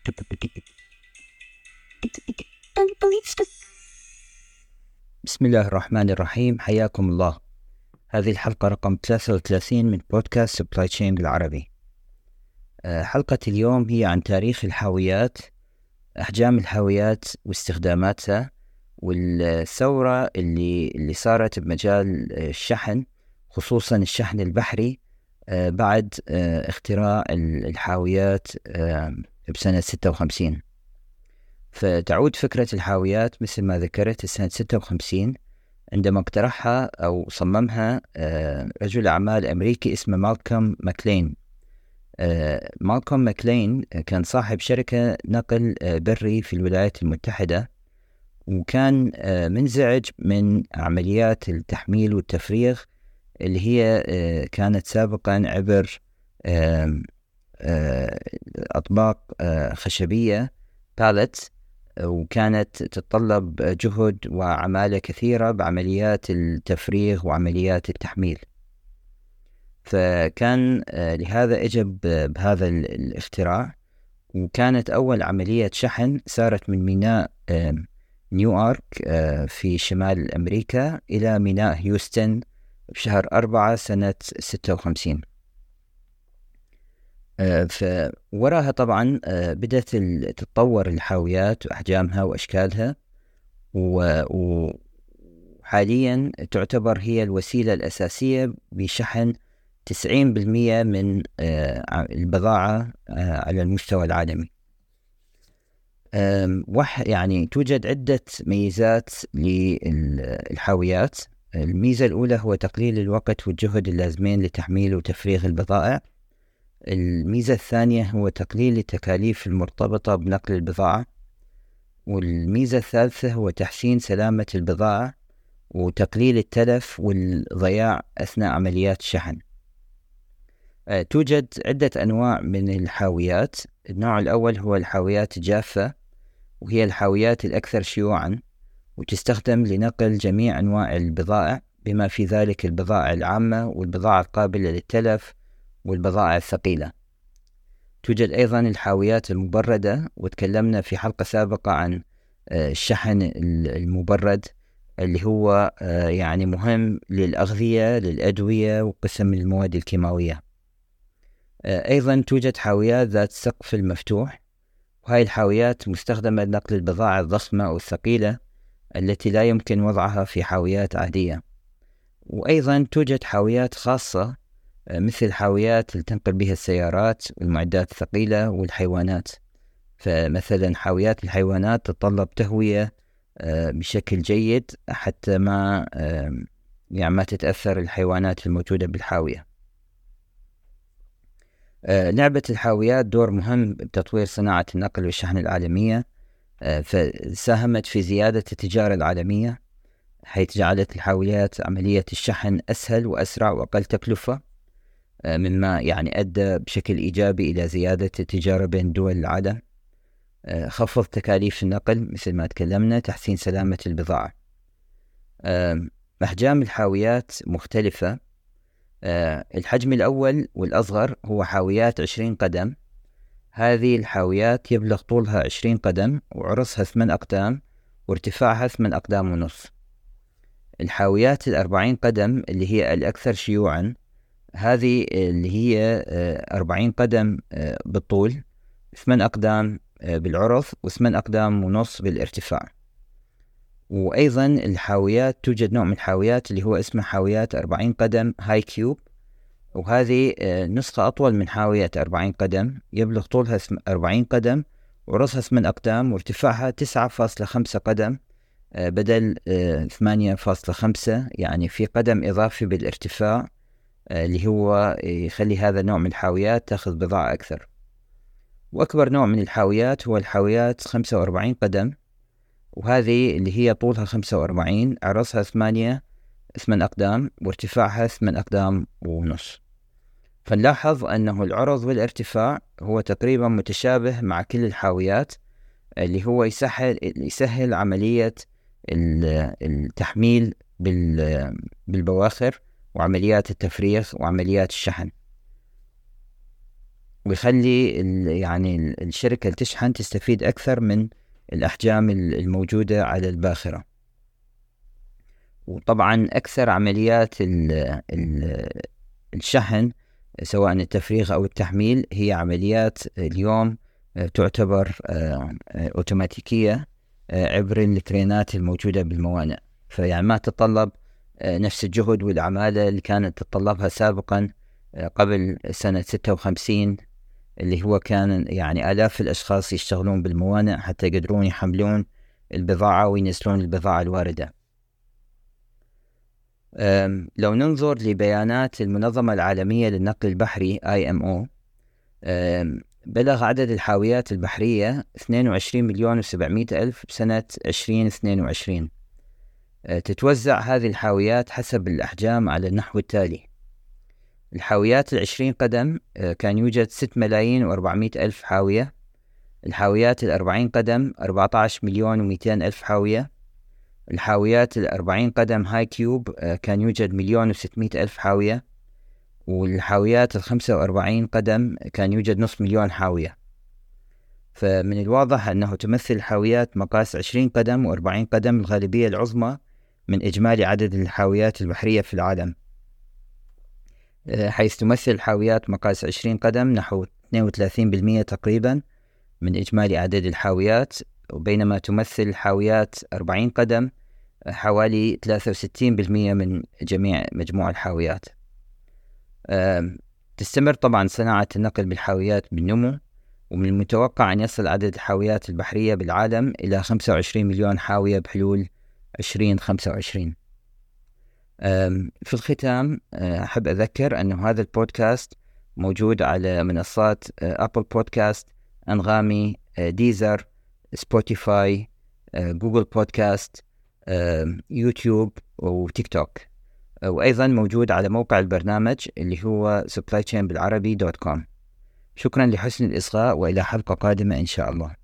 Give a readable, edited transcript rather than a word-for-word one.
بسم الله الرحمن الرحيم، حياكم الله. هذه الحلقة رقم 33 من بودكاست سبلاي تشين بالعربي. حلقة اليوم هي عن تاريخ الحاويات، أحجام الحاويات واستخداماتها، والثورة اللي صارت بمجال الشحن، خصوصا الشحن البحري بعد اختراع الحاويات بسنة 56. فتعود فكرة الحاويات مثل ما ذكرت السنة 56 عندما اقترحها أو صممها رجل أعمال أمريكي اسمه مالكوم ماكلين. مالكوم ماكلين كان صاحب شركة نقل بري في الولايات المتحدة، وكان منزعج من عمليات التحميل والتفريغ اللي هي كانت سابقا عبر أطباق خشبية باليتس، وكانت تتطلب جهد وعمالة كثيرة بعمليات التفريغ وعمليات التحميل. فكان لهذا أجب بهذا الاختراع، وكانت أول عملية شحن سارت من ميناء نيويورك في شمال أمريكا إلى ميناء هيوستن بشهر 4 سنة 56. فوراها طبعا بدأت تتطور الحاويات وأحجامها وأشكالها، وحاليا تعتبر هي الوسيلة الأساسية بشحن 90% من البضاعة على المستوى العالمي. يعني توجد عدة ميزات للحاويات. الميزة الأولى هو تقليل الوقت والجهد اللازمين لتحميل وتفريغ البضائع. الميزة الثانية هو تقليل التكاليف المرتبطة بنقل البضاعة. والميزة الثالثة هو تحسين سلامة البضاعة وتقليل التلف والضياع أثناء عمليات الشحن. توجد عدة أنواع من الحاويات. النوع الأول هو الحاويات الجافة، وهي الحاويات الأكثر شيوعا، وتستخدم لنقل جميع أنواع البضائع بما في ذلك البضائع العامة والبضائع القابلة للتلف والبضائع الثقيلة. توجد أيضا الحاويات المبردة، وتكلمنا في حلقة سابقة عن الشحن المبرد اللي هو يعني مهم للأغذية، للأدوية وقسم المواد الكيماوية. أيضا توجد حاويات ذات السقف المفتوح، وهي الحاويات مستخدمة لنقل البضائع الضخمة أو الثقيلة التي لا يمكن وضعها في حاويات عادية. وأيضا توجد حاويات خاصة مثل حاويات اللي تنقل بها السيارات والمعدات الثقيلة والحيوانات. فمثلا حاويات الحيوانات تتطلب تهوية بشكل جيد حتى ما تتأثر الحيوانات الموجودة بالحاوية. لعبة الحاويات دور مهم بتطوير صناعة النقل والشحن العالمية، فساهمت في زيادة التجارة العالمية، حيث جعلت الحاويات عملية الشحن أسهل وأسرع وأقل تكلفة، مما يعني أدى بشكل إيجابي إلى زيادة التجارة بين دول العالم. خفض تكاليف النقل مثل ما تكلمنا، تحسين سلامة البضاعة. أحجام الحاويات مختلفة. الحجم الأول والأصغر هو حاويات 20 قدم. هذه الحاويات يبلغ طولها 20 قدم وعرضها 8 أقدام وارتفاعها 8 أقدام ونصف. الحاويات 40 قدم اللي هي الأكثر شيوعا، هذه اللي هي 40 قدم بالطول، 8 أقدام بالعرض و8 أقدام ونصف بالارتفاع. وأيضا الحاويات توجد نوع من الحاويات اللي هو اسمه حاويات 40 قدم هاي كيوب، وهذه نسخة أطول من حاوية 40 قدم، يبلغ طولها 40 قدم وعرضها 8 أقدام وارتفاعها 9.5 قدم بدل 8.5، يعني في قدم إضافي بالارتفاع اللي هو يخلي هذا النوع من الحاويات تأخذ بضاعة أكثر. وأكبر نوع من الحاويات هو الحاويات 45 قدم، وهذه اللي هي طولها 45، عرضها 8 أقدام وارتفاعها 8 أقدام ونص. فنلاحظ أنه العرض والارتفاع هو تقريبا متشابه مع كل الحاويات، اللي هو يسهل عملية التحميل بالبواخر وعمليات التفريغ وعمليات الشحن. ويخلي يعني الشركة اللي تشحن تستفيد أكثر من الأحجام الموجودة على الباخرة. وطبعا أكثر عمليات الشحن سواء التفريغ أو التحميل هي عمليات اليوم تعتبر أوتوماتيكية عبر الكرينات الموجودة بالموانئ، فيعني ما تتطلب نفس الجهد والعمالة اللي كانت تتطلبها سابقا قبل سنة 56، اللي هو كان يعني آلاف الأشخاص يشتغلون بالموانئ حتى يقدرون يحملون البضاعة وينزلون البضاعة الواردة. لو ننظر لبيانات المنظمة العالمية للنقل البحري IMO، بلغ عدد الحاويات البحرية 22,700,000 بسنة 2022. تتوزع هذه الحاويات حسب الأحجام على النحو التالي: الحاويات 20 قدم كان يوجد 6,400,000 حاوية. الحاويات 40 قدم 14,200,000 حاوية. الحاويات 40 قدم هاي كيوب كان يوجد 1,600,000 حاوية. والحاويات 45 قدم كان يوجد 500,000 حاوية. فمن الواضح أنه تمثل الحاويات مقاس 20 قدم و40 قدم الغالبية العظمى من إجمالي عدد الحاويات البحرية في العالم، حيث تمثل الحاويات مقاس 20 قدم نحو 32% تقريبا من إجمالي عدد الحاويات، وبينما تمثل الحاويات 40 قدم حوالي 63% من جميع مجموع الحاويات. تستمر طبعا صناعة النقل بالحاويات بالنمو، ومن المتوقع أن يصل عدد الحاويات البحرية بالعالم إلى 25 مليون حاوية بحلول 2025. في الختام أحب أذكر أن هذا البودكاست موجود على منصات أبل بودكاست، أنغامي، ديزر، سبوتيفاي، جوجل بودكاست، يوتيوب وتيك توك، وأيضا موجود على موقع البرنامج اللي هو supplychainbilarabi.com. شكرا لحسن الإصغاء، وإلى حلقة قادمة إن شاء الله.